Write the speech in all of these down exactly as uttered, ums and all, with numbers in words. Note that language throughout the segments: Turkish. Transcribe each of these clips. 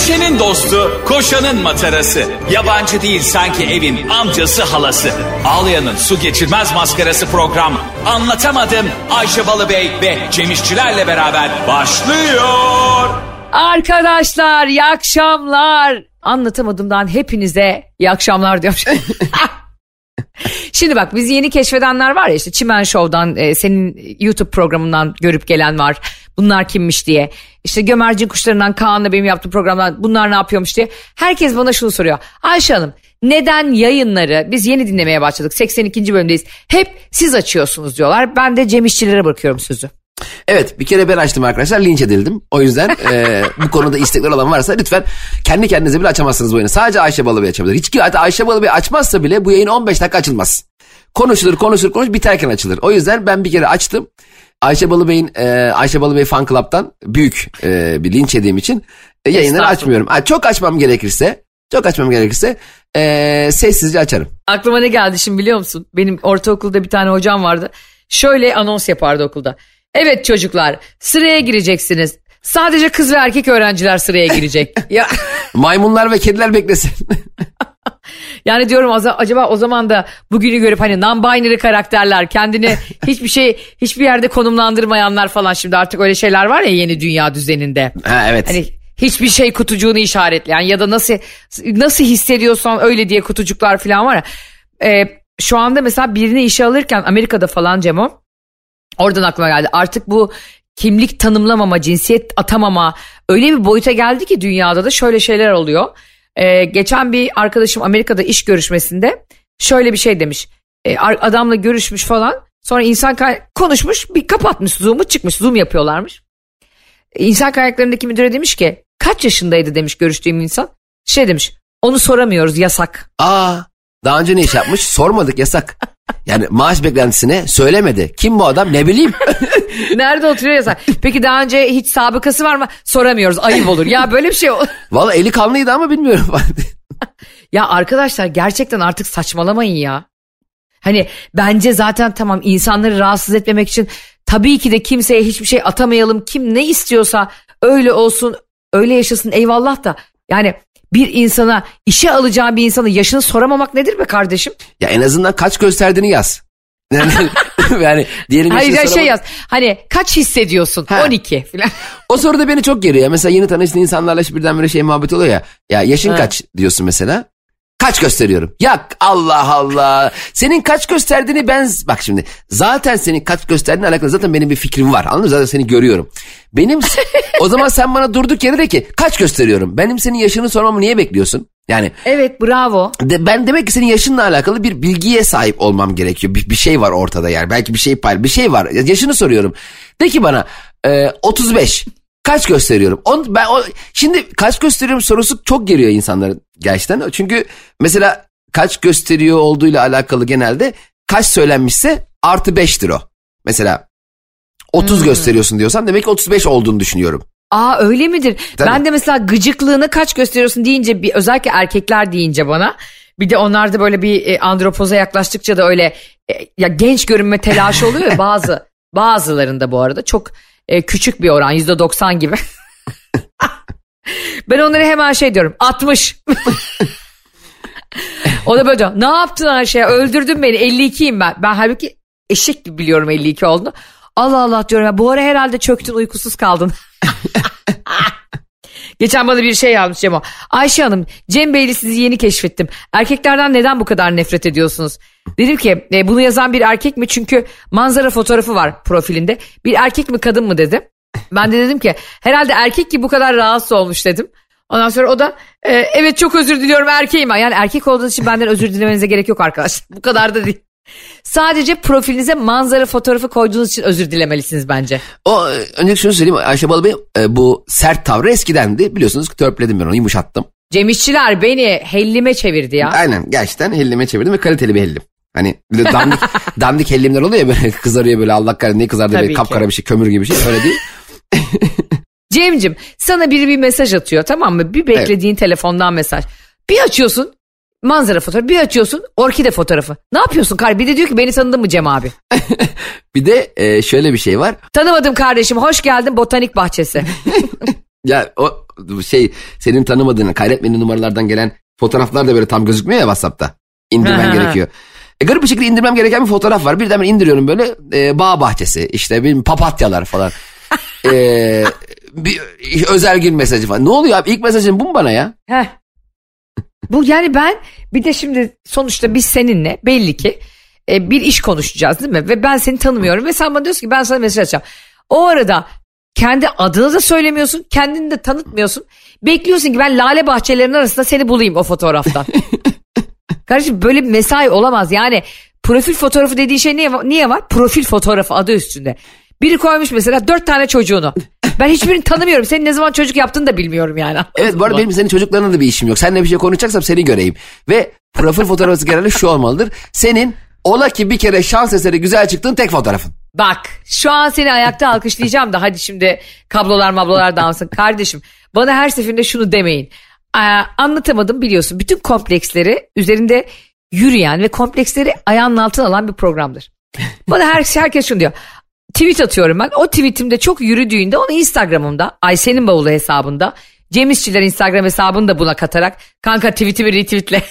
Ayşe'nin dostu, koşanın matarası. Yabancı değil sanki evin amcası halası. Ağlayan'ın su geçirmez maskarası program. Anlatamadım Ayşe Balıbey ve Cemişçilerle beraber başlıyor. Arkadaşlar iyi akşamlar. Anlatamadımdan hepinize iyi akşamlar diyorum. Şimdi bak, bizi yeni keşfedenler var ya, işte Çimen Show'dan, e, senin YouTube programından görüp gelen var. Bunlar kimmiş diye. İşte Gömercin Kuşları'ndan, Kaan'la benim yaptığım programdan bunlar ne yapıyormuş diye. Herkes bana şunu soruyor. Ayşe Hanım, neden yayınları biz yeni dinlemeye başladık, seksen ikinci bölümdeyiz, hep siz açıyorsunuz diyorlar. Ben de Cem İşçilere bırakıyorum sözü. Evet, bir kere ben açtım arkadaşlar, linç edildim. O yüzden e, bu konuda istekler olan varsa lütfen kendi kendinize bile açamazsınız bu yayını. Sadece Ayşe Balıbey açabilir. Hiç ki Ayşe Balıbey açmazsa bile bu yayın on beş dakika açılmaz. Konuşulur konuşulur konuşulur biterken açılır. O yüzden ben bir kere açtım. Ayşe Balıbey'in e, Ayşe Balıbey Fan Club'tan büyük e, bir linç yediğim için e, yayınları açmıyorum. Ha, çok açmam gerekirse, çok açmam gerekirse e, sessizce açarım. Aklıma ne geldi şimdi biliyor musun? Benim ortaokulda bir tane hocam vardı. Şöyle anons yapardı okulda. Evet çocuklar, sıraya gireceksiniz. Sadece kız ve erkek öğrenciler sıraya girecek. Ya maymunlar ve kediler beklesin. Yani diyorum, acaba o zaman da bugünü görüp hani non-binary karakterler, kendini hiçbir şey hiçbir yerde konumlandırmayanlar falan, şimdi artık öyle şeyler var ya yeni dünya düzeninde. Ha, evet. Hani hiçbir şey kutucuğunu işaretleyen ya da nasıl nasıl hissediyorsan öyle diye kutucuklar falan var ya. Ee, şu anda mesela birini işe alırken Amerika'da falan Cemo, oradan aklıma geldi. Artık bu kimlik tanımlamama, cinsiyet atamama öyle bir boyuta geldi ki dünyada da şöyle şeyler oluyor. Ee, geçen bir arkadaşım Amerika'da iş görüşmesinde şöyle bir şey demiş. Ee, adamla görüşmüş falan. Sonra insan kay- konuşmuş, bir kapatmış Zoom'u, çıkmış. Zoom yapıyorlarmış. Ee, insan kaynaklarındaki müdüre demiş ki kaç yaşındaydı demiş görüştüğüm insan. Şey demiş, onu soramıyoruz, yasak. Aa, daha önce ne iş yapmış? Sormadık, yasak. Yani maaş beklentisine söylemedi. Kim bu adam, ne bileyim. Nerede oturuyor, yasak. Peki daha önce hiç sabıkası var mı? Soramıyoruz, ayıp olur. Ya böyle bir şey olur. Valla eli kanlıydı ama bilmiyorum. Ya arkadaşlar, gerçekten artık saçmalamayın ya. Hani bence zaten tamam, insanları rahatsız etmemek için tabii ki de kimseye hiçbir şey atamayalım. Kim ne istiyorsa öyle olsun, öyle yaşasın, eyvallah da. Yani bir insana, işe alacağı bir insana yaşını soramamak nedir be kardeşim? Ya en azından kaç gösterdiğini yaz. Yani, yani diyelim hayır ya soramadım. Şey yaz. Hani kaç hissediyorsun? Ha. on iki falan. O soru da beni çok geriyor. Ya mesela yeni tanıştığın insanlarla birdenbire şey muhabbet oluyor ya. Ya yaşın ha. kaç diyorsun mesela. Kaç gösteriyorum? Ya Allah Allah. Senin kaç gösterdiğini ben... Bak şimdi, zaten senin kaç gösterdiğine alakalı zaten benim bir fikrim var. Anladın mı? Zaten seni görüyorum. Benim... O zaman sen bana durduk yere de ki kaç gösteriyorum? Benim senin yaşını sormamı niye bekliyorsun? Yani... Evet, bravo. De, ben demek ki senin yaşınla alakalı bir bilgiye sahip olmam gerekiyor. Bir, bir şey var ortada yani. Belki bir şey paylaş. Bir şey var. Yaşını soruyorum. De ki bana e, otuz beş. Kaç gösteriyorum? On, ben o, şimdi kaç gösteriyorum sorusu çok geriyor insanları gerçekten. Çünkü mesela kaç gösteriyor olduğuyla alakalı genelde kaç söylenmişse artı beştir o. Mesela otuz hmm. gösteriyorsun diyorsam demek ki otuz beş olduğunu düşünüyorum. Aa, öyle midir? Tabii. Ben de mesela gıcıklığını kaç gösteriyorsun deyince, bir özellikle erkekler deyince bana, bir de onlar da böyle bir e, andropoza yaklaştıkça da öyle e, ya genç görünme telaşı oluyor ya bazı bazılarında, bu arada çok e, küçük bir oran, yüzde doksan gibi. Ben onlara hemen şey diyorum, altmış. O da böyle diyor, ne yaptın Ayşe, öldürdün beni, elli ikiyim ben. Ben halbuki eşek gibi biliyorum elli iki olduğunu. Allah Allah diyorum ya, bu ara herhalde çöktün, uykusuz kaldın. Geçen bana bir şey yazmış Cemo. Ayşe Hanım, Cem Bey'le sizi yeni keşfettim. Erkeklerden neden bu kadar nefret ediyorsunuz? Dedim ki e, bunu yazan bir erkek mi? Çünkü manzara fotoğrafı var profilinde. Bir erkek mi kadın mı dedi. Ben de dedim ki herhalde erkek ki bu kadar rahatsız olmuş dedim. Ondan sonra o da e, evet çok özür diliyorum, erkeğim. Yani erkek olduğunuz için benden özür dilemenize gerek yok arkadaşlar. Bu kadar da değil. Sadece profilinize manzara fotoğrafı koyduğunuz için özür dilemelisiniz bence. O önce şunu söyleyeyim, Ayşe Balıbey e, bu sert tavrı eskidendi. Biliyorsunuz ki törpüledim ben onu, yumuşattım. Cem İşçiler beni hellime çevirdi ya. Aynen, gerçekten hellime çevirdim ve kaliteli bir hellim. Hani dandik, dandik hellimler oluyor ya, böyle kızarıyor böyle, Allah kahretsin ne kızardı, böyle kapkara bir şey, kömür gibi bir şey, öyle değil. Cem'cim, sana biri bir mesaj atıyor, tamam mı? Bir beklediğin evet. telefondan mesaj. Bir açıyorsun manzara fotoğrafı, bir açıyorsun orkide fotoğrafı. Ne yapıyorsun kardeşim? Bir de diyor ki beni tanıdın mı Cem abi? Bir de e, şöyle bir şey var. Tanımadım kardeşim, hoş geldin botanik bahçesi. Ya o şey senin tanımadığın, kaydetmediğin numaralardan gelen fotoğraflar da böyle tam gözükmüyor ya WhatsApp'ta. İndirmen gerekiyor. E, garip bir şekilde indirmem gereken bir fotoğraf var. Birden ben indiriyorum böyle e, bağ bahçesi, işte bir papatyalar falan. e, bir özel gün mesajı falan. Ne oluyor abi? İlk mesajın bu mu bana ya? Heh. Bu yani ben bir de şimdi sonuçta biz seninle belli ki e, bir iş konuşacağız değil mi? Ve ben seni tanımıyorum ve sen bana diyorsun ki ben sana mesaj atacağım. O arada kendi adını da söylemiyorsun, kendini de tanıtmıyorsun. Bekliyorsun ki ben lale bahçelerinin arasında seni bulayım o fotoğraftan. Kardeşim böyle bir mesai olamaz. Yani profil fotoğrafı dediği şey niye, niye var? Profil fotoğrafı adı üstünde. Biri koymuş mesela dört tane çocuğunu. Ben hiçbirini tanımıyorum. Senin ne zaman çocuk yaptığını da bilmiyorum yani. Evet, bu arada benim senin çocuklarına da bir işim yok. Seninle bir şey konuşacaksam seni göreyim. Ve profil fotoğrafı genelde şu olmalıdır. Senin ola ki bir kere şans eseri güzel çıktığın tek fotoğrafın. Bak şu an seni ayakta alkışlayacağım da hadi şimdi kablolar mablolar dağılsın. Kardeşim bana her seferinde şunu demeyin. Ee, anlatamadım biliyorsun. Bütün kompleksleri üzerinde yürüyen ve kompleksleri ayağının altına alan bir programdır. Bana her, herkes şunu diyor. Tweet atıyorum ben. O tweetimde çok yürüdüğünde onu Instagram'ımda, Ayşe'nin bavulu hesabında, Cem İşçiler Instagram hesabını da buna katarak kanka tweetimi retweetle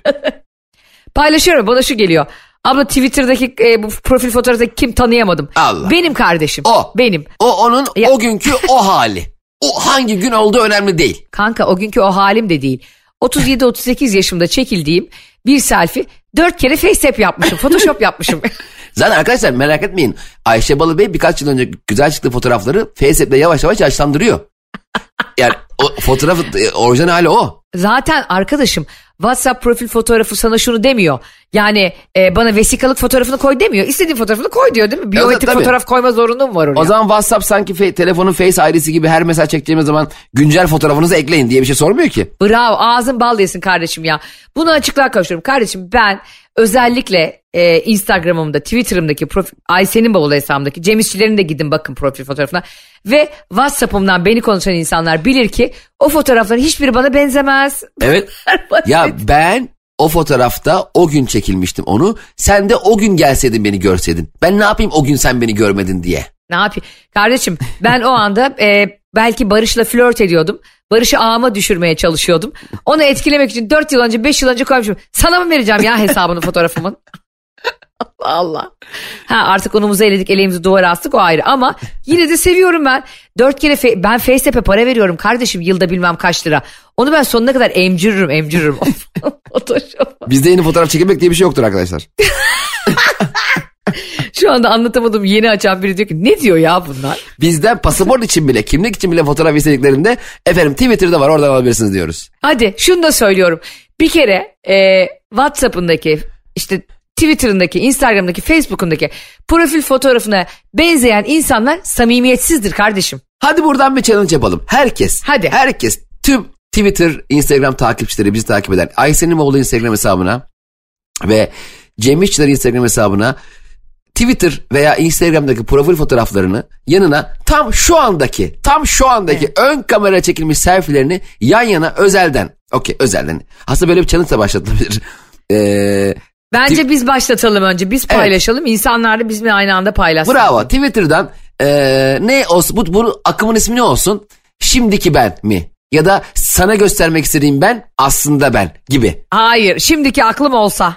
paylaşıyorum. Bana şu geliyor. Abla Twitter'daki e, bu profil fotoğrafındaki kim tanıyamadım. Allah. Benim kardeşim. O. Benim. O onun Ya. o günkü o hali. O hangi gün olduğu önemli değil. Kanka o günkü o halim de değil. otuz yedi otuz sekiz yaşımda çekildiğim bir selfie dört kere FaceApp yapmışım. Photoshop yapmışım. Zaten arkadaşlar merak etmeyin. Ayşe Balıbey birkaç yıl önce güzel çıktığı fotoğrafları FaceApp'le yavaş yavaş yaşlandırıyor. Yani o fotoğrafı orijinal hali o. Zaten arkadaşım WhatsApp profil fotoğrafı sana şunu demiyor. Yani e, bana vesikalık fotoğrafını koy demiyor. İstediğin fotoğrafını koy diyor değil mi? Biyometrik tabii. fotoğraf koyma zorunlu mu var oraya? O zaman WhatsApp sanki fe, telefonun Face I D'si gibi her mesaj çekeceğimiz zaman güncel fotoğrafınızı ekleyin diye bir şey sormuyor ki. Bravo, ağzın bal yesin kardeşim ya. Bunu açıklığa kavuşturuyorum. Kardeşim ben özellikle e, Instagram'ımda, Twitter'ımdaki profil, Ayşe'nin bavulu hesabımdaki Cem İşçilerin de gidin bakın profil fotoğrafına. Ve WhatsApp'ımdan beni konuşan insanlar bilir ki o fotoğrafların hiçbiri bana benzemez. Evet. Ya ben o fotoğrafta o gün çekilmiştim onu. Sen de o gün gelseydin beni görseydin. Ben ne yapayım o gün sen beni görmedin diye. Ne yapayım? Kardeşim ben o anda e, belki Barış'la flört ediyordum. Barış'ı ağıma düşürmeye çalışıyordum. Onu etkilemek için dört yıl önce beş yıl önce koymuşum. Sana mı vereceğim ya hesabını fotoğrafımın? Allah Allah. Ha, artık unumuzu eledik, eleğimizi duvara astık, o ayrı. Ama yine de seviyorum ben. Dört kere fe- ben FaceApp'e para veriyorum kardeşim, yılda bilmem kaç lira. Onu ben sonuna kadar emciririm emciririm. Bizde yeni fotoğraf çekilmek diye bir şey yoktur arkadaşlar. Şu anda anlatamadım, yeni açan biri diyor ki ne diyor ya bunlar? Bizden pasaport için bile, kimlik için bile fotoğraf istediklerinde efendim Twitter'da var, oradan alabilirsiniz diyoruz. Hadi şunu da söylüyorum. Bir kere e, WhatsApp'ındaki işte Twitter'ındaki, Instagram'daki, Facebook'undaki profil fotoğrafına benzeyen insanlar samimiyetsizdir kardeşim. Hadi buradan bir challenge yapalım. Herkes, Hadi. herkes tüm Twitter, Instagram takipçileri bizi takip eder. Ayşe'nin bavulu Instagram hesabına ve Cem İşçiler Instagram hesabına Twitter veya Instagram'daki profil fotoğraflarını yanına tam şu andaki, tam şu andaki evet. ön kamera çekilmiş selfielerini yan yana özelden, okey özelden. Aslında böyle bir challenge da başlatılabilir. Eee Bence Tw- biz başlatalım önce. Biz paylaşalım. Evet. İnsanlar da bizimle aynı anda paylaşsın. Bravo. Twitter'dan ee, ne olsun bu, bu akımın ismi ne olsun? Şimdiki ben mi? Ya da sana göstermek istediğim ben aslında ben gibi. Hayır. Şimdiki aklım olsa.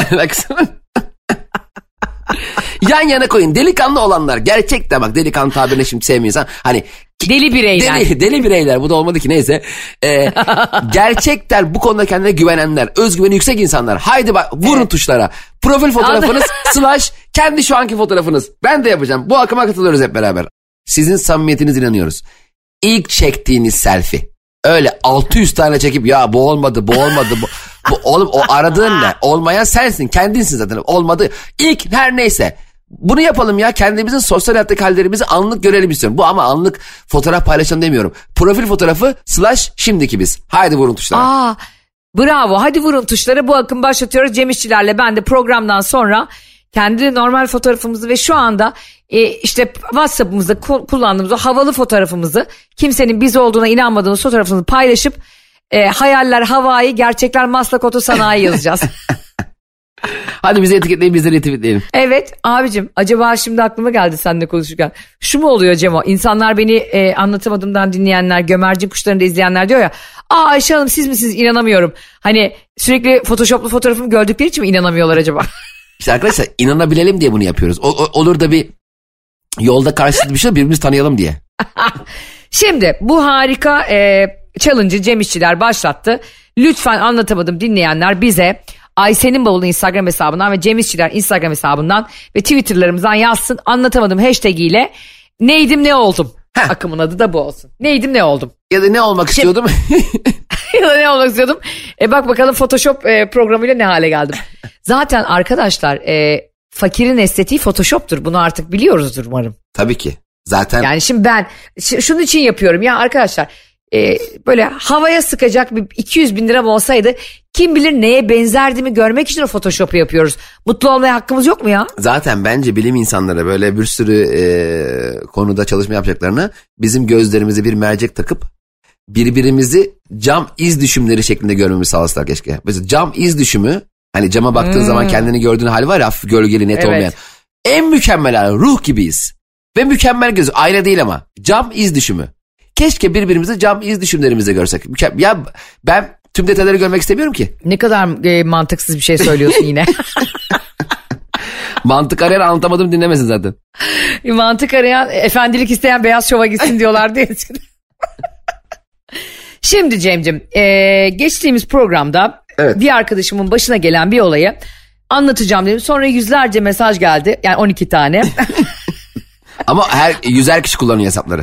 Yan yana koyun. Delikanlı olanlar. Gerçekten bak delikanlı tabirini şimdi sevmiyorsan. Hani deli bireyler. Deli, deli bireyler. Bu da olmadı ki neyse. Ee, gerçekten bu konuda kendine güvenenler. Özgüveni yüksek insanlar. Haydi bak vurun evet. tuşlara. Profil fotoğrafınız slash kendi şu anki fotoğrafınız. Ben de yapacağım. Bu akıma katılıyoruz hep beraber. Sizin samimiyetinize inanıyoruz. İlk çektiğiniz selfie. Öyle altı yüz tane çekip ya bu olmadı bu olmadı bu, bu oğlum o aradığın ne? Olmayan sensin, kendinsin zaten. Olmadı. İlk her neyse. Bunu yapalım ya, kendimizin sosyal hayattaki hallerimizi anlık görelim istiyorum. Bu ama anlık fotoğraf paylaşalım demiyorum. Profil fotoğrafı slash şimdiki biz. Haydi vurun tuşlara. Aa, bravo, hadi vurun tuşlara. Bu akım başlatıyoruz Cem İşçilerle. Ben de programdan sonra kendi normal fotoğrafımızı ve şu anda e, işte WhatsApp'ımızda ku- kullandığımız o havalı fotoğrafımızı, kimsenin biz olduğuna inanmadığımız fotoğrafımızı paylaşıp e, hayaller havai, gerçekler Maslak Oto Sanayi yazacağız. Hadi bizi etiketleyin, bizleri etiketleyelim. Evet abicim, acaba şimdi aklıma geldi seninle konuşurken. Şu mu oluyor Cemo? İnsanlar beni e, anlatamadığımdan dinleyenler, gömercin kuşlarını da izleyenler diyor ya. Aa Ayşe Hanım siz misiniz, inanamıyorum. Hani sürekli photoshoplu fotoğrafımı gördükleri için mi inanamıyorlar acaba? İşte arkadaşlar inanabilelim diye bunu yapıyoruz. O, o, olur da bir yolda karşılıklı bir şey birbirimizi tanıyalım diye. Şimdi bu harika e, challenge'ı Cem İşçiler başlattı. Lütfen anlatamadım dinleyenler bize Ayşe'nin bavulu Instagram hesabından ve Cem İşçiler Instagram hesabından ve Twitter'larımızdan yazsın. Anlatamadım hashtag ile neydim ne oldum. Heh. Akımın adı da bu olsun. Neydim ne oldum. Ya da ne olmak Şimdi, istiyordum. ya da ne olmak istiyordum. E bak bakalım Photoshop e, programıyla ne hale geldim. Zaten arkadaşlar e, fakirin estetiği Photoshop'tur. Bunu artık biliyoruzdur umarım. Tabii ki. Zaten. Yani şimdi ben ş- şunun için yapıyorum ya arkadaşlar. E, böyle havaya sıkacak bir iki yüz bin liram olsaydı kim bilir neye benzerdiğimi görmek için o Photoshop'u yapıyoruz. Mutlu olmaya hakkımız yok mu ya? Zaten bence bilim insanları böyle bir sürü e, konuda çalışma yapacaklarına bizim gözlerimize bir mercek takıp birbirimizi cam iz düşümleri şeklinde görmemizi sağlasalar keşke. Mesela cam iz düşümü, hani cama baktığın hmm. zaman kendini gördüğün hali var ya, hafif gölgeli, net evet. olmayan. En mükemmel hali, ruh gibiyiz. Ve mükemmel gözü, ayna değil ama cam iz düşümü. Keşke birbirimizi cam iz düşümlerimize görsek. Ya ben tüm detayları görmek istemiyorum ki. Ne kadar e, mantıksız bir şey söylüyorsun yine. Mantık arayan anlatamadım dinlemesin zaten. Mantık arayan efendilik isteyen beyaz şova gitsin diyorlar diye. Şimdi Cem'cim e, geçtiğimiz programda evet. bir arkadaşımın başına gelen bir olayı anlatacağım dedim. Sonra yüzlerce mesaj geldi. Yani on iki tane. Ama her yüzer kişi kullanıyor hesapları.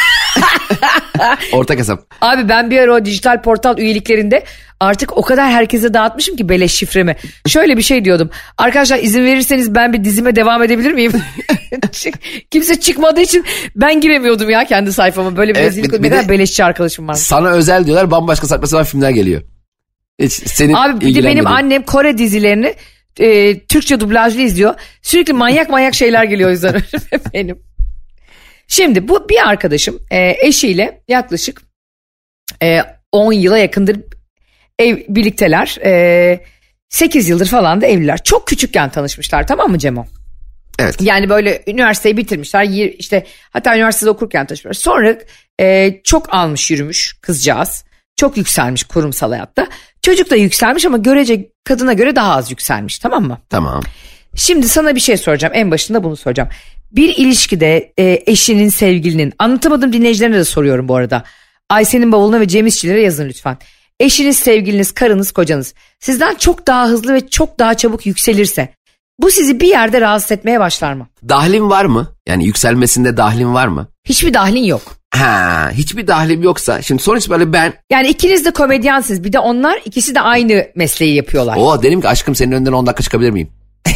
Ortak hesap. Abi ben bir ara o dijital portal üyeliklerinde artık o kadar herkese dağıtmışım ki beleş şifremi. Şöyle bir şey diyordum. Arkadaşlar izin verirseniz ben bir dizime devam edebilir miyim? Kimse çıkmadığı için ben giremiyordum ya kendi sayfama. Böyle bir evet, rezillik. Ne kadar beleşçi arkadaşım var. Sana özel diyorlar, bambaşka saçma sapan filmler geliyor. Hiç senin abi bir de benim annem Kore dizilerini e, Türkçe dublajlı izliyor. Sürekli manyak manyak şeyler geliyor o yüzden benim. Şimdi bu bir arkadaşım e, eşiyle yaklaşık e, on yıla yakındır ev birlikteler. E, sekiz yıldır falan da evliler. Çok küçükken tanışmışlar, tamam mı Cemo? Evet. Yani böyle üniversiteyi bitirmişler. İşte hatta üniversitede okurken tanışmışlar. Sonra e, çok almış yürümüş kızcağız. Çok yükselmiş kurumsal hayatta. Çocuk da yükselmiş ama görece kadına göre daha az yükselmiş, tamam mı? Tamam. Şimdi sana bir şey soracağım. En başında bunu soracağım. Bir ilişkide e, eşinin, sevgilinin, anlatamadım dinleyicilerine de soruyorum bu arada. Ayşe'nin bavuluna ve Cem İşçilere yazın lütfen. Eşiniz, sevgiliniz, karınız, kocanız sizden çok daha hızlı ve çok daha çabuk yükselirse bu sizi bir yerde rahatsız etmeye başlar mı? Dahlin var mı? Yani yükselmesinde dahlin var mı? Hiçbir dahlin yok. Ha, hiçbir dahlim yoksa şimdi sonuç böyle ben... Yani ikiniz de komedyensiniz, bir de onlar ikisi de aynı mesleği yapıyorlar. Oo, dedim ki aşkım senin önden on dakika çıkabilir miyim?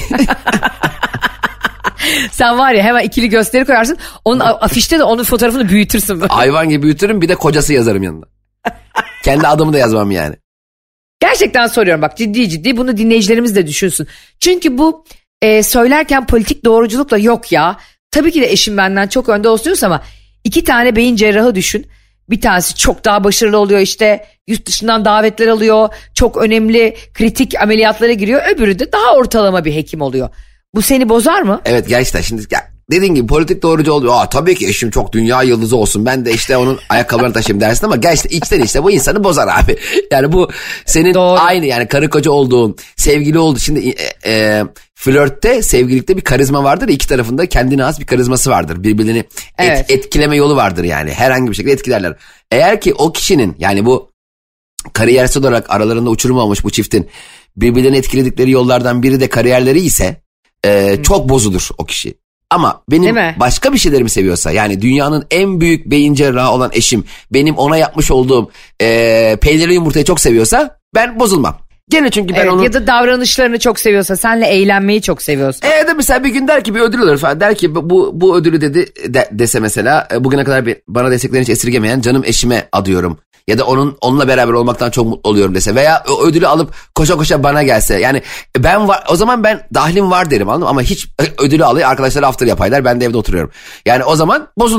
Sen var ya hemen ikili gösteri koyarsın. Onun afişte de onun fotoğrafını büyütürsün. Böyle. Hayvan gibi büyütürüm, bir de kocası yazarım yanına. Kendi adımı da yazmam yani. Gerçekten soruyorum bak, ciddi ciddi bunu dinleyicilerimiz de düşünsün. Çünkü bu e, söylerken politik doğruculukla yok ya. Tabii ki de eşim benden çok önde olsun ama iki tane beyin cerrahı düşün. Bir tanesi çok daha başarılı oluyor, işte yurt dışından davetler alıyor. Çok önemli kritik ameliyatlara giriyor. Öbürü de daha ortalama bir hekim oluyor. Bu seni bozar mı? Evet gerçekten şimdi ya, dediğin gibi politik doğrucu oluyor. Aa, tabii ki eşim çok dünya yıldızı olsun, ben de işte onun ayakkabılarını taşıyayım dersin ama gerçekten içten işte bu insanı bozar abi. Yani bu senin doğru. Aynı yani karı koca olduğun, sevgili olduğun. Şimdi e, e, flörtte, sevgililikte bir karizma vardır. İki tarafında kendine has bir karizması vardır. Birbirini evet. et, etkileme yolu vardır yani. Herhangi bir şekilde etkilerler. Eğer ki o kişinin yani bu kariyersel olarak aralarında uçurum olmuş bu çiftin birbirlerini etkiledikleri yollardan biri de kariyerleri ise e, hmm. çok bozulur o kişi. Ama benim başka bir şeylerimi seviyorsa, yani dünyanın en büyük beyin cerrahı olan eşim benim ona yapmış olduğum e, peynirli yumurtayı çok seviyorsa ben bozulmam. Gene çünkü ben evet, onun... Ya da davranışlarını çok seviyorsa, senle eğlenmeyi çok seviyorsa. E de mesela bir gün der ki bir ödül alır falan. Der ki bu bu ödülü dedi de, dese mesela bugüne kadar bir, bana desteklerini hiç esirgemeyen canım eşime adıyorum. Ya da onun onunla beraber olmaktan çok mutlu oluyorum dese. Veya o ödülü alıp koşa koşa bana gelse. Yani ben var, o zaman ben dahlim var derim, anladın mı? Ama hiç ödülü alıyor, arkadaşlar after yapaylar, ben de evde oturuyorum. Yani o zaman bozulurum.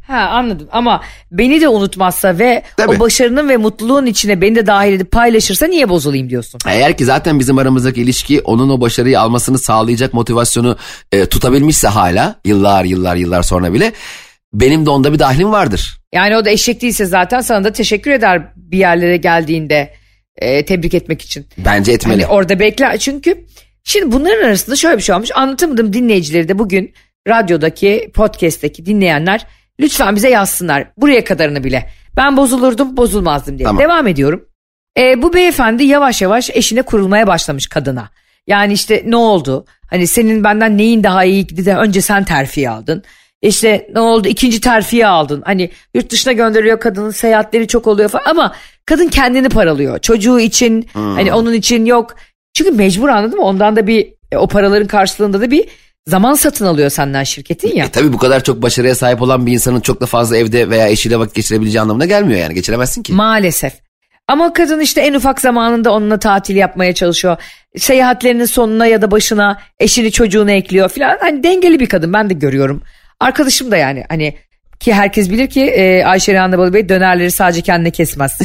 Ha, anladım ama beni de unutmazsa ve Tabii. o başarının ve mutluluğun içine beni de dahil edip paylaşırsa niye bozulayım diyorsun? Eğer ki zaten bizim aramızdaki ilişki onun o başarıyı almasını sağlayacak motivasyonu e, tutabilmişse hala yıllar yıllar yıllar sonra bile benim de onda bir dahlim vardır. Yani o da eşek değilse zaten sana da teşekkür eder bir yerlere geldiğinde e, tebrik etmek için. Bence etmeli. Hani orada bekler çünkü şimdi bunların arasında şöyle bir şey olmuş, anlatamadım, dinleyicileri de bugün radyodaki podcast'teki dinleyenler lütfen bize yazsınlar buraya kadarını bile. Ben bozulurdum bozulmazdım diye. Tamam. Devam ediyorum. E, bu beyefendi yavaş yavaş eşine kurulmaya başlamış kadına. Yani işte ne oldu? Hani senin benden neyin daha iyiydi de önce sen terfi aldın. İşte ne oldu? İkinci terfiye aldın. Hani yurt dışına gönderiyor, kadının seyahatleri çok oluyor falan ama kadın kendini paralıyor. Çocuğu için hmm. hani onun için yok. Çünkü mecbur, anladın mı? Ondan da bir e, o paraların karşılığında da bir zaman satın alıyor senden şirketin ya. E tabii bu kadar çok başarıya sahip olan bir insanın çok da fazla evde veya eşiyle vakit geçirebileceği anlamına gelmiyor yani. Geçiremezsin ki. Maalesef. Ama kadın işte en ufak zamanında onunla tatil yapmaya çalışıyor. Seyahatlerinin sonuna ya da başına eşini çocuğunu ekliyor falan. Hani dengeli bir kadın, ben de görüyorum. Arkadaşım da yani hani ki herkes bilir ki e, Ayşe Rehan'la Balı Bey dönerleri sadece kendine kesmez.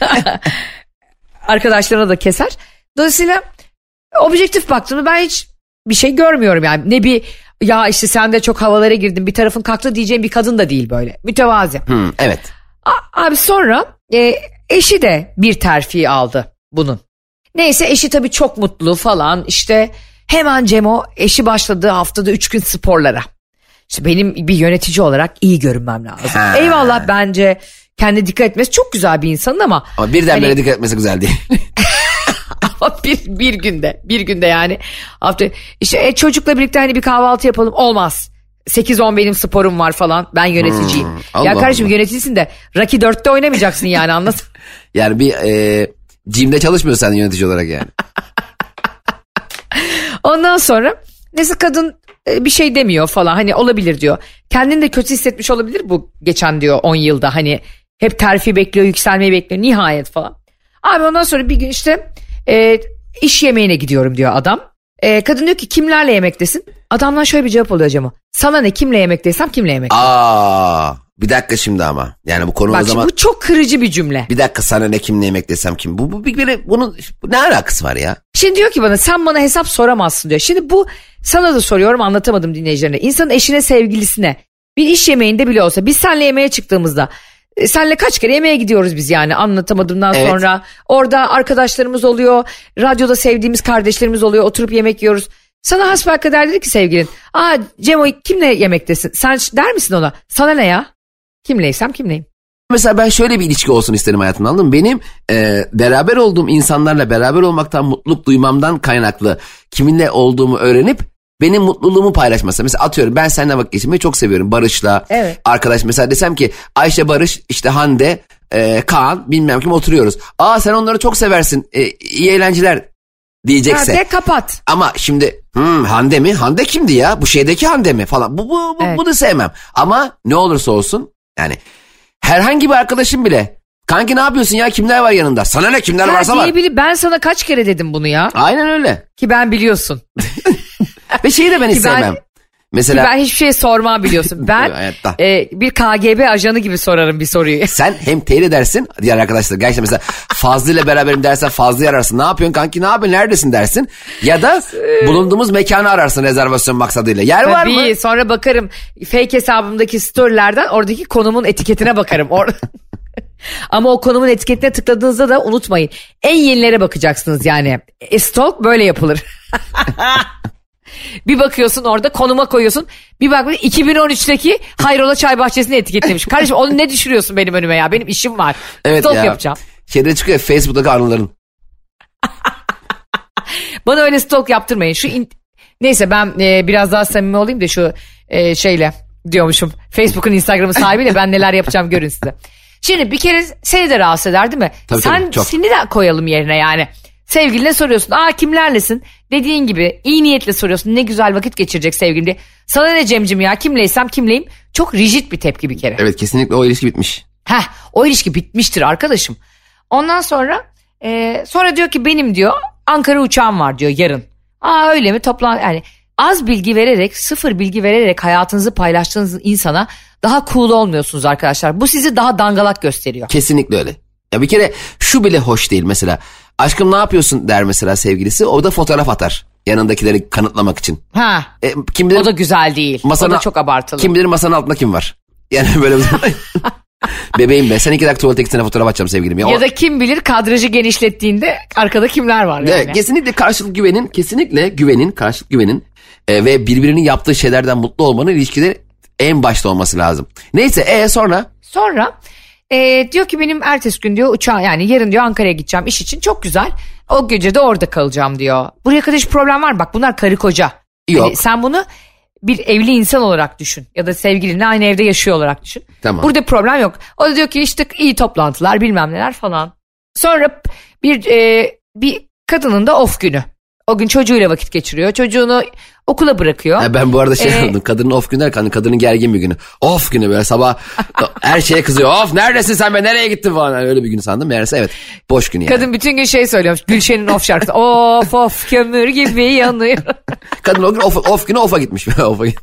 Arkadaşlarına da keser. Dolayısıyla objektif baktığımda ben hiç bir şey görmüyorum yani. Ne bir ya işte sen de çok havalara girdin bir tarafın kalktı diyeceğim bir kadın da değil böyle. Mütevazi. Hmm, evet. A- abi sonra e, eşi de bir terfi aldı bunun. Neyse eşi tabii çok mutlu falan işte hemen Cemo eşi başladı haftada üç gün sporlara. İşte benim bir yönetici olarak iyi görünmem lazım. Ha. Eyvallah, bence kendi dikkat etmesi çok güzel bir insanın ama. Ama birdenbire hani, dikkat etmesi güzel değil. ama bir, bir günde bir günde yani. Hafta, işte e, çocukla birlikte hani bir kahvaltı yapalım, olmaz. sekiz on benim sporum var falan, ben yöneticiyim. Hmm, Allah ya kardeşim Allah. Yöneticisin de Rocky dörtte oynamayacaksın yani, anladın. Yani bir e, gym'de çalışmıyorsun sen yönetici olarak yani. Ondan sonra neyse kadın bir şey demiyor falan, hani olabilir diyor. Kendini de kötü hissetmiş olabilir bu geçen diyor on yılda, hani hep terfi bekliyor, yükselmeyi bekliyor nihayet falan. Abi ondan sonra bir gün işte e, iş yemeğine gidiyorum diyor adam. E, kadın diyor ki kimlerle yemektesin? Adamdan şöyle bir cevap oluyor Cemo. Sana ne, kimle yemekteysem kimle yemekteyim. Aa, bir dakika şimdi ama. Yani bu konu bak, o zaman. Bu çok kırıcı bir cümle. Bir dakika, sana ne, kimle yemekteysem kim? Bu, bu bir kere bunun bu ne alakası var ya? Şimdi diyor ki bana sen bana hesap soramazsın diyor. Şimdi bu sana da soruyorum, anlatamadım dinleyicilerine. İnsanın eşine, sevgilisine bir iş yemeğinde bile olsa, biz seninle yemeğe çıktığımızda e, seninle kaç kere yemeğe gidiyoruz biz yani anlatamadığımdan evet. sonra. Orada arkadaşlarımız oluyor, radyoda sevdiğimiz kardeşlerimiz oluyor, oturup yemek yiyoruz. Sana hasbelkader dedi ki sevgilin, aa Cemo kimle yemektesin? Sen der misin ona? Sana ne ya? Kimleysem kimleyim. Mesela ben şöyle bir ilişki olsun isterim hayatımda, anladın mı? Benim e, beraber olduğum insanlarla beraber olmaktan mutluluk duymamdan kaynaklı kiminle olduğumu öğrenip benim mutluluğumu paylaşması. Mesela atıyorum, ben seninle vakit geçirmeyi çok seviyorum. Barış'la evet. arkadaş mesela desem ki Ayşe, Barış, işte Hande, e, Kaan bilmem kim oturuyoruz. Aa sen onları çok seversin, e, iyi eğlenceler diyecekse. Ha, de kapat. Ama şimdi hmm, Hande mi? Hande kimdi ya? Bu şeydeki Hande mi falan. Bu, bu, bu, evet. Bunu sevmem. Ama ne olursa olsun yani herhangi bir arkadaşım bile, kanki ne yapıyorsun ya, kimler var yanında? Sana ne, kimler ha, varsa var. Bili, ben sana kaç kere dedim bunu ya. Aynen öyle. Ki ben biliyorsun. Ve şeyi de ben hiç sevmem. Mesela, ben hiçbir şey sormam biliyorsun. Ben e, bir K G B ajanı gibi sorarım bir soruyu. Sen hem teyit edersin diğer arkadaşlar. Gerçekten mesela Fazlı ile beraberim dersen Fazlı'yı ararsın. Ne yapıyorsun kanki, ne yapıyorsun, neredesin dersin. Ya da bulunduğumuz mekanı ararsın rezervasyon maksadıyla. Yer Tabii, var mı? Tabii, sonra bakarım fake hesabımdaki storylerden oradaki konumun etiketine bakarım. Or- Ama o konumun etiketine tıkladığınızda da unutmayın, en yenilere bakacaksınız yani. E, stalk böyle yapılır. Bir bakıyorsun orada konuma koyuyorsun. Bir bak iki bin on üçteki Hayrola Çay Bahçesi'ni etiketlemiş. Kardeşim onu ne düşürüyorsun benim önüme ya? Benim işim var. Evet stalk ya. yapacağım. Şeyde çıkıyor Facebook'taki anıların. Bana öyle stalk yaptırmayın. Şu in... Neyse ben e, biraz daha samimi olayım da şu e, şeyle diyormuşum. Facebook'un Instagram'ın sahibiyle ben neler yapacağım görün size. Şimdi bir kere seni de rahatsız eder değil mi? Tabii, Sen tabii, çok. seni de koyalım yerine yani. Sevgiline soruyorsun. Aa kimlerlesin? Dediğin gibi iyi niyetle soruyorsun. Ne güzel vakit geçirecek sevgilim diye. Sana ne Cemcim ya, kimleysem kimleyim? Çok rigid bir tepki bir kere. Evet, kesinlikle o ilişki bitmiş. Heh, o ilişki bitmiştir arkadaşım. Ondan sonra e, sonra diyor ki benim diyor Ankara uçağım var diyor yarın. Aa öyle mi? Toplan yani az bilgi vererek, sıfır bilgi vererek hayatınızı paylaştığınız insana daha cool olmuyorsunuz arkadaşlar. Bu sizi daha dangalak gösteriyor. Kesinlikle öyle. Ya bir kere şu bile hoş değil mesela. Aşkım ne yapıyorsun der mesela sevgilisi. O da fotoğraf atar yanındakileri kanıtlamak için. Ha. E, kim bilir, o da güzel değil. Masana, o da çok abartılı. Kim bilir masanın altında kim var? Yani böyle bir bebeğim be sen iki dakika tuvalete gitsene fotoğraf atacağım sevgilim. Ya, ya o... da kim bilir kadrajı genişlettiğinde arkada kimler var yani. Evet, kesinlikle karşılık güvenin, kesinlikle güvenin, karşılık güvenin e, ve birbirinin yaptığı şeylerden mutlu olmanın ilişkileri en başta olması lazım. Neyse e sonra? Sonra e, diyor ki benim ertesi gün diyor uçağa yani yarın diyor Ankara'ya gideceğim iş için çok güzel. O gece de orada kalacağım diyor. Buraya kadar hiç problem var mı? Bak bunlar karı koca. Yok. Yani sen bunu bir evli insan olarak düşün. Ya da sevgilinle aynı evde yaşıyor olarak düşün. Tamam. Burada problem yok. O da diyor ki işte iyi toplantılar bilmem neler falan. Sonra bir e, bir kadının da off günü. O gün çocuğuyla vakit geçiriyor. Çocuğunu okula bırakıyor. Ha, ben bu arada şey ee, anladım. Kadının off günü derken kadının gergin bir günü. Off günü böyle sabah her şeye kızıyor. Of neredesin sen be nereye gittin falan. Öyle bir gün sandım. Meğerse evet boş günü yani. Kadın bütün gün şey söylüyormuş. Gülşen'in off şarkısı. Of of kömür gibi yanıyor. Kadın o gün off, off günü off'a gitmiş. Off'a gitmiş.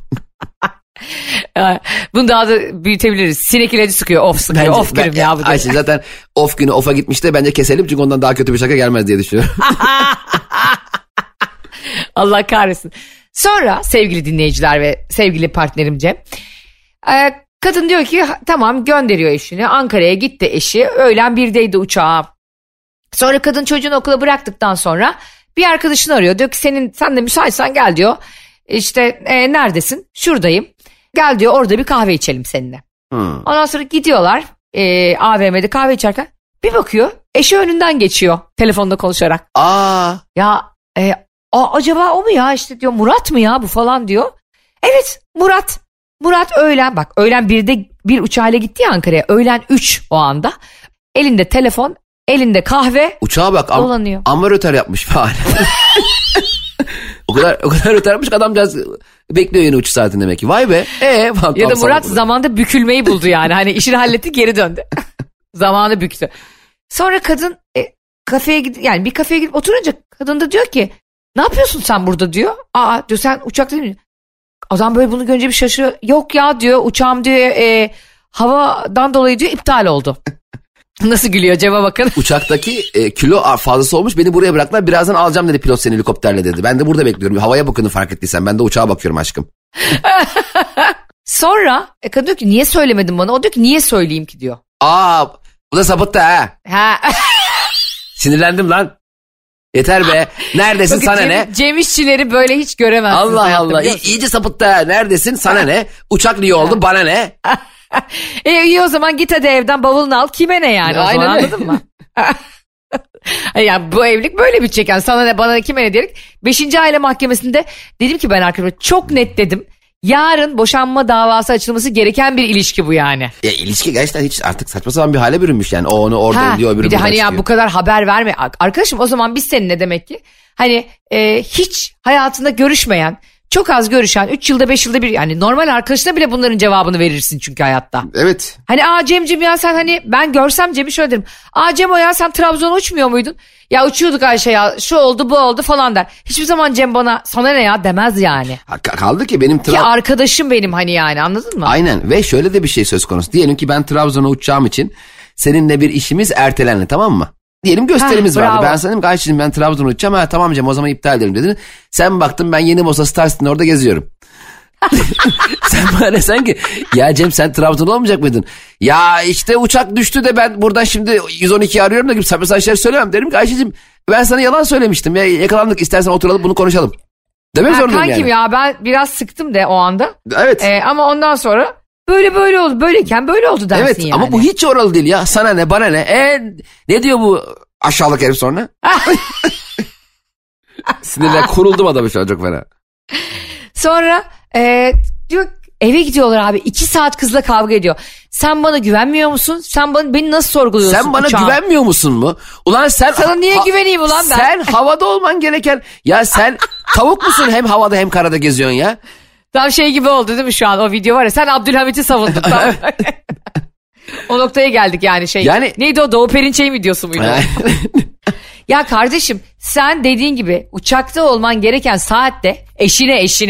Bunu daha da büyütebiliriz. Sinek ilacı sıkıyor off sıkıyor. Bence, off günüm ben, ya bu. Ayşe zaten off günü off'a gitmiş de bence keselim. Çünkü ondan daha kötü bir şaka gelmez diye düşünüyorum. Allah kahretsin. Sonra sevgili dinleyiciler ve sevgili partnerim Cem. E, kadın diyor ki tamam gönderiyor eşini. Ankara'ya gitti eşi. Öğlen birdeydi uçağa. Sonra kadın çocuğunu okula bıraktıktan sonra bir arkadaşını arıyor. Diyor ki senin sen de müsaitsen gel diyor. İşte e, neredesin? Şuradayım. Gel diyor orada bir kahve içelim seninle. Hmm. Ondan sonra gidiyorlar e, A V M'de kahve içerken bir bakıyor eşi önünden geçiyor telefonda konuşarak. Aa. Ya e, a, acaba o mu ya işte diyor Murat mı ya bu falan diyor. Evet Murat. Murat öğlen bak öğlen birde bir uçağıyla gitti ya Ankara'ya. Öğlen üç o anda. Elinde telefon, elinde kahve. Uçağa bak am, dolanıyor. Amma röter yapmış falan. O kadar o kadar ötermiş ki adamcağız bekliyor yeni uçuş saatini demek ki. Vay be. Ee, falan, ya da Murat sana zamanda bükülmeyi buldu yani. Hani işini halletti geri döndü. Zamanı büktü. Sonra kadın e, kafeye gidip yani bir kafeye gidip oturunca kadın da diyor ki ne yapıyorsun sen burada diyor. Aa diyor sen uçakta değil mi? Adam böyle bunu görünce bir şaşırıyor. Yok ya diyor uçağım diyor e, havadan dolayı diyor iptal oldu. Nasıl gülüyor Cem'e bakın. Uçaktaki e, kilo fazlası olmuş beni buraya bıraktılar birazdan alacağım dedi pilot seni helikopterle dedi. Ben de burada bekliyorum havaya bakını fark ettiysen ben de uçağa bakıyorum aşkım. Sonra e, kadın diyor ki niye söylemedin bana o diyor ki niye söyleyeyim ki diyor. Aa bu da sapıttı ha. Ha. Sinirlendim lan. Yeter be. Neredesin Bakın, sana Cem, ne? Cem İşçileri böyle hiç göremezsiniz. Allah Allah. İ- iyice sapıttı ha. Neredesin sana ne? Uçak niye oldu bana ne? e iyi o zaman git hadi evden bavulunu al. Kime ne yani? Aynen o zaman, anladın mı? Yani bu evlilik böyle bitecek yani sana ne bana ne kime ne diyerek. Beşinci aile mahkemesinde dedim ki ben arkadaşlar çok net dedim. Yarın boşanma davası açılması gereken bir ilişki bu yani. Ya ilişki gerçekten hiç artık saçma sapan bir hale bürünmüş yani. O onu orada ha, diyor öbürü bir de buradan hani çıkıyor. ya bu kadar haber verme. Arkadaşım o zaman biz seninle demek ki hani e, hiç hayatında görüşmeyen çok az görüşen üç yılda beş yılda bir yani normal arkadaşına bile bunların cevabını verirsin çünkü hayatta. Evet. Hani aa Cem'cim ya sen hani ben görsem Cem'i şöyle derim. Aa Cem o ya sen Trabzon'a uçmuyor muydun? Ya uçuyorduk Ayşe ya şu oldu bu oldu falan der. Hiçbir zaman Cem bana sana ne ya demez yani. Ha, kaldı ki benim... Tra- ki arkadaşım benim hani yani anladın mı? Aynen ve şöyle de bir şey söz konusu. Diyelim ki ben Trabzon'a uçacağım için seninle bir işimiz ertelendi tamam mı? Diyelim gösterimiz Heh, vardı. bravo. Ben sana dedim ki Ayşe'cim ben Trabzon'a uçacağım. Ha tamam Cem o zaman iptal edelim dedin. Sen baktın ben Yeni Mosa Star City'nin orada geziyorum. Sen bana desen ki ya Cem sen Trabzon olmayacak mıydın? Ya işte uçak düştü de ben buradan şimdi yüz on ikiyi arıyorum da gibi saçma sapan şeyler söylemem. Derim ki Ayşe'cim ben sana yalan söylemiştim. Ya yakalandık istersen oturalım bunu konuşalım. Demek Ha, zorundayım kankim yani. ya ben biraz sıktım de o anda. Evet. Ee, ama ondan sonra böyle böyle oldu böyleyken böyle oldu dersin Evet yani. ama bu hiç oralı değil ya. Sana ne bana ne. E, ne diyor bu aşağılık herif sonra? Sinirler kuruldum adamı şu an çok fena. Sonra e, diyor eve gidiyorlar abi iki saat kızla kavga ediyor. Sen bana güvenmiyor musun? Sen bana, beni nasıl sorguluyorsun? Sen bana uçağım? güvenmiyor musun mu? Ulan sen... Sana niye ha, güveneyim ulan ben? Sen havada olman gereken... Ya sen tavuk musun hem havada hem karada geziyorsun ya? Tam şey gibi oldu değil mi şu an o video var ya sen Abdülhamit'i savundun. O noktaya geldik yani şey. Yani, neydi o Doğu Perinçek'in videosu muydu? Ya kardeşim sen dediğin gibi uçakta olman gereken saatte eşine eşine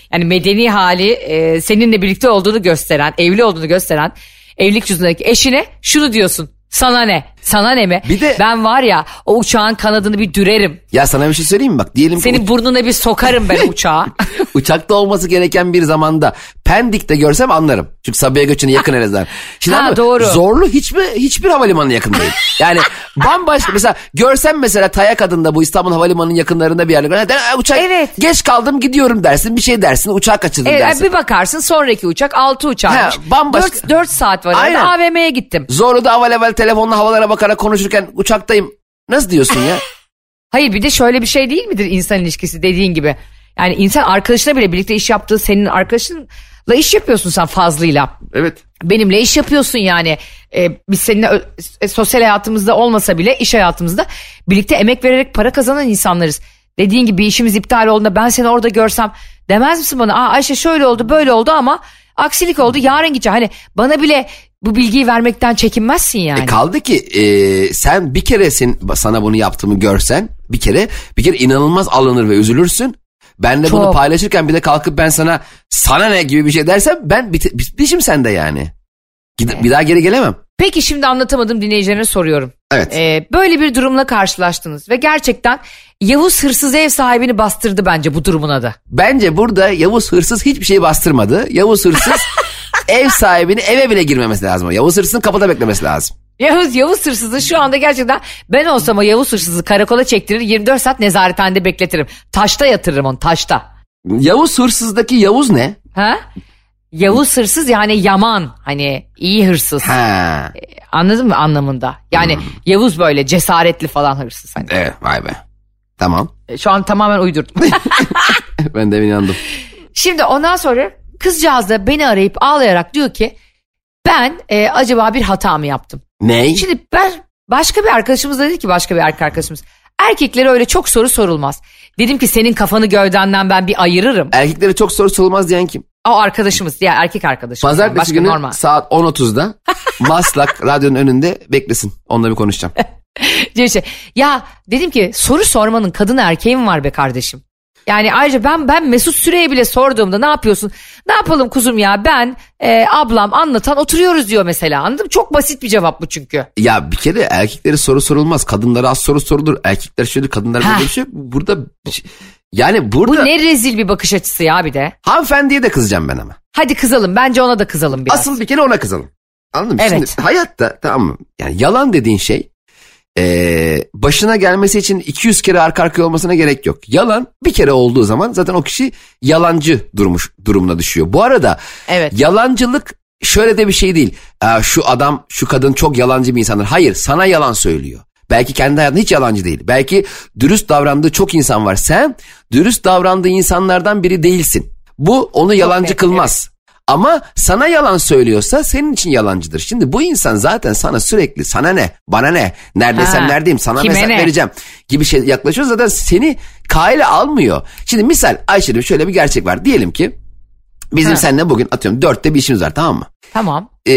yani medeni hali e, seninle birlikte olduğunu gösteren, evli olduğunu gösteren evlilik cüzdanındaki eşine şunu diyorsun. Sana ne? Sana ne mi? Bir de, ben var ya o uçağın kanadını bir dürerim. Ya sana bir şey söyleyeyim mi? Bak diyelim senin uç- burnuna bir sokarım ben uçağa. Uçakta olması gereken bir zamanda Pendik'te görsem anlarım. Çünkü Sabiha Gökçen'e yakın en azından. Şimdi Ha, ama doğru. Zorlu hiçbir hiçbir havalimanına yakın değil. Yani bambaşka mesela görsem mesela Tayak adında bu İstanbul Havalimanı'nın yakınlarında bir yerde. Uçak Evet. geç kaldım gidiyorum dersin bir şey dersin uçağı kaçırdım Evet, dersin. bir bakarsın sonraki uçak altı uçakmış. Ha, bambaşka. dört saat var. Aynen. A V M'ye gittim. Zorlu'da aval aval telefonla havalara bakarak konuşurken uçaktayım. Nasıl diyorsun ya? Hayır bir de şöyle bir şey değil midir insan ilişkisi dediğin gibi. Yani insan arkadaşına bile birlikte iş yaptığı senin arkadaşınla iş yapıyorsun sen fazlıyla. Evet. Benimle iş yapıyorsun yani. Ee, biz seninle ö- e, sosyal hayatımızda olmasa bile iş hayatımızda birlikte emek vererek para kazanan insanlarız. Dediğin gibi bir işimiz iptal olduğunda ben seni orada görsem demez misin bana? Aa Ayşe şöyle oldu böyle oldu ama aksilik oldu yarın gideceğim. Hani bana bile bu bilgiyi vermekten çekinmezsin yani. E kaldı ki e, sen bir kere sen, sana bunu yaptığımı görsen bir kere bir kere inanılmaz alınır ve üzülürsün. Ben de Çok. bunu paylaşırken bir de kalkıp ben sana sana ne gibi bir şey dersem ben bit- bitmişim sende yani. Gid- Evet. Bir daha geri gelemem. Peki şimdi anlatamadım dinleyicilerine soruyorum. Evet. Ee, böyle bir durumla karşılaştınız ve gerçekten Yavuz hırsız ev sahibini bastırdı bence bu durumun adı. Bence burada Yavuz hırsız hiçbir şey bastırmadı. Yavuz hırsız ev sahibini eve bile girmemesi lazım. Yavuz hırsızın kapıda beklemesi lazım. Yavuz, Yavuz hırsızı şu anda gerçekten ben olsam o Yavuz hırsızı karakola çektirir yirmi dört saat nezarethanede bekletirim. Taşta yatırırım onu taşta. Yavuz hırsızdaki Yavuz ne? Ha? Yavuz hırsız yani yaman hani iyi hırsız. Ha. Anladın mı anlamında? Yani Hmm. Yavuz böyle cesaretli falan hırsız. Hani. Evet vay be. Tamam. Şu an tamamen uydurdum. Ben de inandım. Şimdi ondan sonra kızcağız da beni arayıp ağlayarak diyor ki ben e, acaba bir hata mı yaptım? Ney? Şimdi ben başka bir arkadaşımız da dedi ki başka bir erkek arkadaşımız. Erkeklere öyle çok soru sorulmaz. Dedim ki senin kafanı gövdenden ben bir ayırırım. Erkeklere çok soru sorulmaz diyen kim? O arkadaşımız diğer erkek arkadaşımız. Pazartesi Başka günü normal. saat on otuzda Maslak radyonun önünde beklesin. Onunla bir konuşacağım. Şey, ya dedim ki soru sormanın kadın erkeği mi var be kardeşim? Yani ayrıca ben ben Mesut Süre'ye bile sorduğumda ne yapıyorsun? Ne yapalım kuzum ya ben e, ablam anlatan oturuyoruz diyor mesela anladın mı? Çok basit bir cevap bu çünkü. Ya bir kere erkeklere soru sorulmaz. Kadınlara az soru sorulur. Erkekler şöyle kadınlar böyle bir şey. Burada yani burada. Bu ne rezil bir bakış açısı ya bir de. Hanımefendiye de kızacağım ben ama. Hadi kızalım bence ona da kızalım biraz. Asıl bir kere ona kızalım. Anladın mı? Evet. Şimdi hayatta tamam mı? Yani yalan dediğin şey Ee, başına gelmesi için iki yüz kere arka arkaya olmasına gerek yok. Yalan bir kere olduğu zaman zaten o kişi yalancı durmuş durumuna düşüyor. Bu arada Evet. yalancılık şöyle de bir şey değil. Aa, şu adam şu kadın çok yalancı bir insandır. Hayır sana yalan söylüyor. Belki kendi hayatında hiç yalancı değil. Belki dürüst davrandığı çok insan var. Sen dürüst davrandığı insanlardan biri değilsin. Bu onu yalancı net, kılmaz. Ama sana yalan söylüyorsa senin için yalancıdır. Şimdi bu insan zaten sana sürekli sana ne, bana ne, neredeysem Ha, neredeyim, sana kime mesaj ne? vereceğim gibi şey yaklaşıyor. Zaten seni kale almıyor. Şimdi misal Ayşe'nin şöyle bir gerçek var. Diyelim ki bizim Ha. seninle bugün atıyorum dörtte bir işimiz var tamam mı? Tamam. Ee,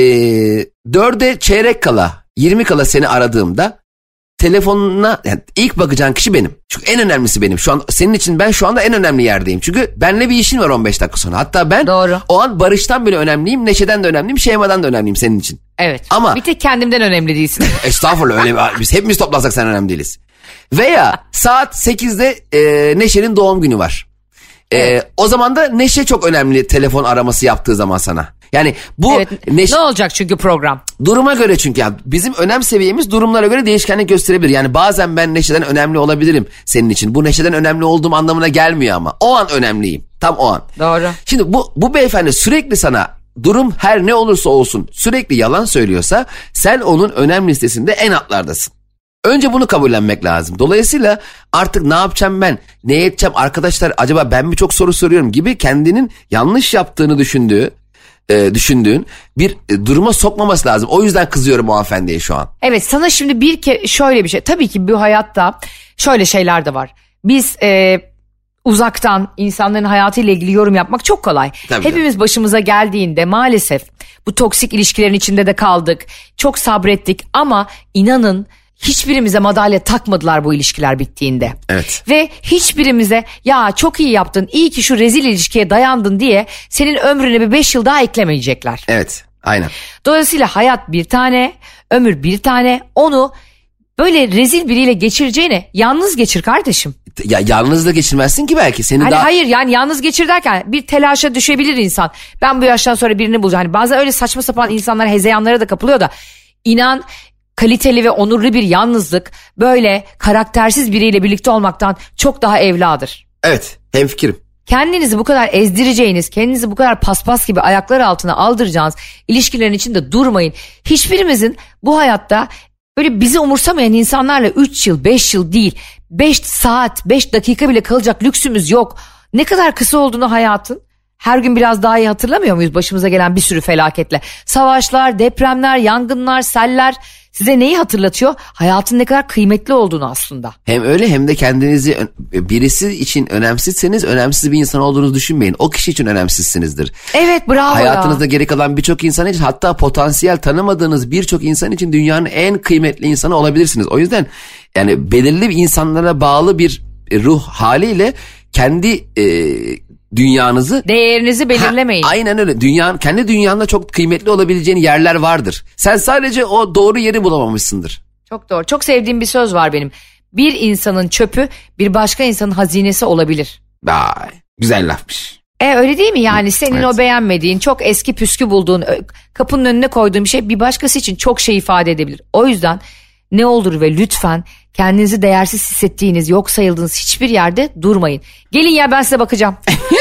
dörde çeyrek kala, yirmi kala seni aradığımda telefonuna yani ilk bakacağın kişi benim. Çünkü en önemlisi benim. Şu an senin için ben şu anda en önemli yerdeyim. Çünkü benle bir işin var on beş dakika sonra. Hatta ben Doğru. o an Barış'tan bile önemliyim, Neşe'den de önemliyim, Şeyma'dan da önemliyim senin için. Evet. Ama- bir tek kendimden önemli değilsin. Estağfurullah öyle bir- biz hepimiz toplasak sen önemli değiliz. Veya saat sekizde e, Neşe'nin doğum günü var. E, Evet. O zaman da Neşe çok önemli telefon araması yaptığı zaman sana. Yani bu Evet. Neşe... Ne olacak çünkü program? Duruma göre çünkü yani bizim önem seviyemiz durumlara göre değişkenlik gösterebilir. Yani bazen ben Neşe'den önemli olabilirim senin için. Bu Neşe'den önemli olduğum anlamına gelmiyor ama. O an önemliyim. Tam o an. Doğru. Şimdi bu, bu beyefendi sürekli sana durum her ne olursa olsun sürekli yalan söylüyorsa sen onun önem listesinde en altlardasın. Önce bunu kabullenmek lazım. Dolayısıyla artık ne yapacağım ben, ne edeceğim arkadaşlar acaba ben mi çok soru soruyorum gibi kendinin yanlış yaptığını düşündüğü, e, düşündüğün bir e, duruma sokmaması lazım. O yüzden kızıyorum o hanımefendiye şu an. Evet sana şimdi bir ke şöyle bir şey. Tabii ki bu hayatta şöyle şeyler de var. Biz e, uzaktan insanların hayatıyla ilgili yorum yapmak çok kolay. Tabii Hepimiz başımıza geldiğinde maalesef bu toksik ilişkilerin içinde de kaldık. Çok sabrettik ama inanın hiçbirimize madalya takmadılar bu ilişkiler bittiğinde. Evet. Ve hiçbirimize ya çok iyi yaptın, iyi ki şu rezil ilişkiye dayandın diye senin ömrüne bir beş yıl daha eklemeyecekler. Evet, aynen. Dolayısıyla hayat bir tane, ömür bir tane, onu böyle rezil biriyle geçireceğine yalnız geçir kardeşim. Ya yalnız da geçirmezsin ki belki. Seni hani daha... Hayır yani yalnız geçir derken bir telaşa düşebilir insan. Ben bu yaştan sonra birini bulacağım. Hani bazen öyle saçma sapan insanlar hezeyanlara da kapılıyor da inan kaliteli ve onurlu bir yalnızlık böyle karaktersiz biriyle birlikte olmaktan çok daha evladır. Evet, hemfikirim. Kendinizi bu kadar ezdireceğiniz, kendinizi bu kadar paspas gibi ayaklar altına aldıracağınız ilişkilerin içinde durmayın. Hiçbirimizin bu hayatta böyle bizi umursamayan insanlarla üç yıl, beş yıl değil, beş saat, beş dakika bile kalacak lüksümüz yok. Ne kadar kısa olduğunu hayatın her gün biraz daha iyi hatırlamıyor muyuz başımıza gelen bir sürü felaketle? Savaşlar, depremler, yangınlar, seller size neyi hatırlatıyor? Hayatın ne kadar kıymetli olduğunu aslında. Hem öyle hem de kendinizi birisi için önemsizseniz önemsiz bir insan olduğunuzu düşünmeyin. O kişi için önemsizsinizdir. Evet, bravo. Hayatınızda ya. Geri kalan birçok insan için, hatta potansiyel tanımadığınız birçok insan için dünyanın en kıymetli insanı olabilirsiniz. O yüzden yani belirli insanlara bağlı bir ruh haliyle kendi e, dünyanızı, değerinizi belirlemeyin. Ha, aynen öyle. Dünyanın, kendi dünyanda çok kıymetli olabileceğin yerler vardır. Sen sadece o doğru yeri bulamamışsındır. Çok doğru. Çok sevdiğim bir söz var benim. Bir insanın çöpü bir başka insanın hazinesi olabilir. Vay, güzel lafmış. E öyle değil mi yani? Senin evet. O beğenmediğin, çok eski püskü bulduğun, kapının önüne koyduğun bir şey bir başkası için çok şey ifade edebilir. O yüzden ne olur ve lütfen kendinizi değersiz hissettiğiniz, yok sayıldığınız hiçbir yerde durmayın. Gelin ya, ben size bakacağım.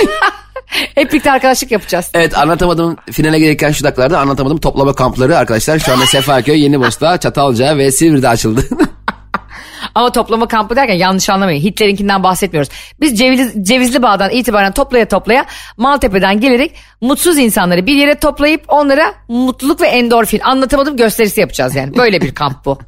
Hep birlikte arkadaşlık yapacağız. Evet, anlatamadım finale gereken şu dakikalarda anlatamadım toplama kampları arkadaşlar. Şu anda Sefaköy, Yenibosna, Çatalca ve Silivri'de açıldı. Ama toplama kampı derken yanlış anlamayın. Hitler'inkinden bahsetmiyoruz. Biz Ceviz, Cevizli Bağ'dan itibaren toplaya toplaya Maltepe'den gelerek mutsuz insanları bir yere toplayıp onlara mutluluk ve endorfin, anlatamadım, gösterisi yapacağız yani. Böyle bir kamp bu.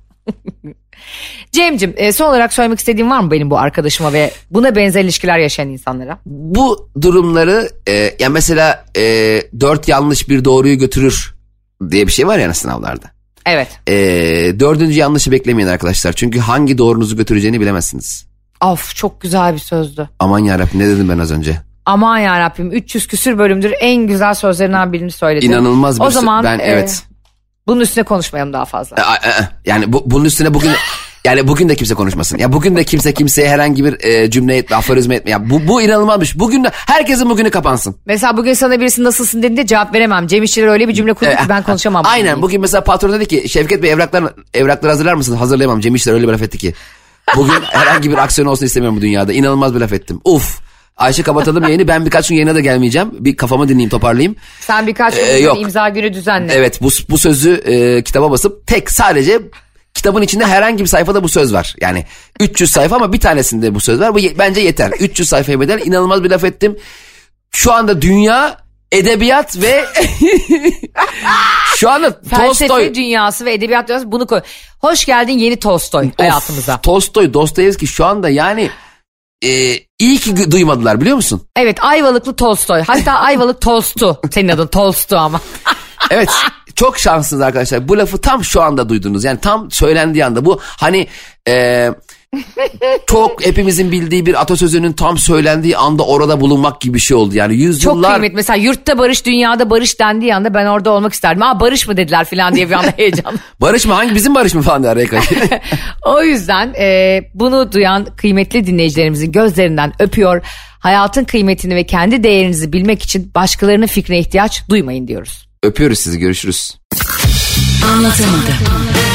Cem'cim son olarak söylemek istediğin var mı benim bu arkadaşıma ve buna benzer ilişkiler yaşayan insanlara? Bu durumları e, ya mesela e, dört yanlış bir doğruyu götürür diye bir şey var ya sınavlarda. Evet. E, dördüncü yanlışı beklemeyin arkadaşlar. Çünkü hangi doğrunuzu götüreceğini bilemezsiniz. Of, çok güzel bir sözdü. Aman yarabbim, ne dedim ben az önce? Aman yarabbim, üç yüz küsür bölümdür en güzel sözlerinden birini söyledin. İnanılmaz bir o zaman ben, e, evet. Bunun üstüne konuşmayalım daha fazla. Yani bu, bunun üstüne bugün yani bugün de kimse konuşmasın. Ya bugün de kimse kimseye herhangi bir e, cümle etme, aforizma etme. Ya bu bu inanılmazmış. Bugün de herkesin bugünü kapansın. Mesela bugün sana birisi nasılsın dediğinde cevap veremem. Cem İşçiler öyle bir cümle kurdu ki ben konuşamam. Aynen. Bugün mesela patron dedi ki Şevket Bey evraklar evrakları hazırlar mısınız? Hazırlayamam. Cem İşçiler öyle bir laf etti ki. Bugün herhangi bir aksiyon olsun istemiyorum bu dünyada. İnanılmaz bir laf ettim. Uf. Ayşe, kapatalım yayını. Ben birkaç gün yayına da gelmeyeceğim. Bir kafamı dinleyeyim, toparlayayım. Sen birkaç gün ee, imza günü düzenle. Evet, bu bu sözü e, kitaba basıp tek sadece kitabın içinde herhangi bir sayfada bu söz var. Yani üç yüz sayfa ama bir tanesinde bu söz var. Bu ye, bence yeter. üç yüz sayfaya bedel inanılmaz bir laf ettim. Şu anda dünya edebiyat ve şu anda felsefe Tolstoy dünyası ve edebiyat dünyası bunu koy. Hoş geldin yeni Tolstoy of, hayatımıza. Tolstoy, Dostoyevski şu anda yani e, iyi ki duymadılar, biliyor musun? Evet, Ayvalıklı Tolstoy. Hatta Ayvalık Tolstu. Senin adın Tolstu ama. Evet, çok şanslısınız arkadaşlar. Bu lafı tam şu anda duydunuz. Yani tam söylendiği anda bu hani e, çok hepimizin bildiği bir atasözünün tam söylendiği anda orada bulunmak gibi bir şey oldu. Yani yüzyıllar. Çok kıymetli. Mesela yurtta barış, dünyada barış dendiği anda ben orada olmak isterdim. Aa, barış mı dediler falan diye bir anda heyecan. Barış mı? Hangi bizim barış mı falan diye araya kaçtı. O yüzden e, bunu duyan kıymetli dinleyicilerimizin gözlerinden öpüyor. Hayatın kıymetini ve kendi değerinizi bilmek için başkalarının fikrine ihtiyaç duymayın diyoruz. Öpüyoruz sizi, görüşürüz. Anlatamadım.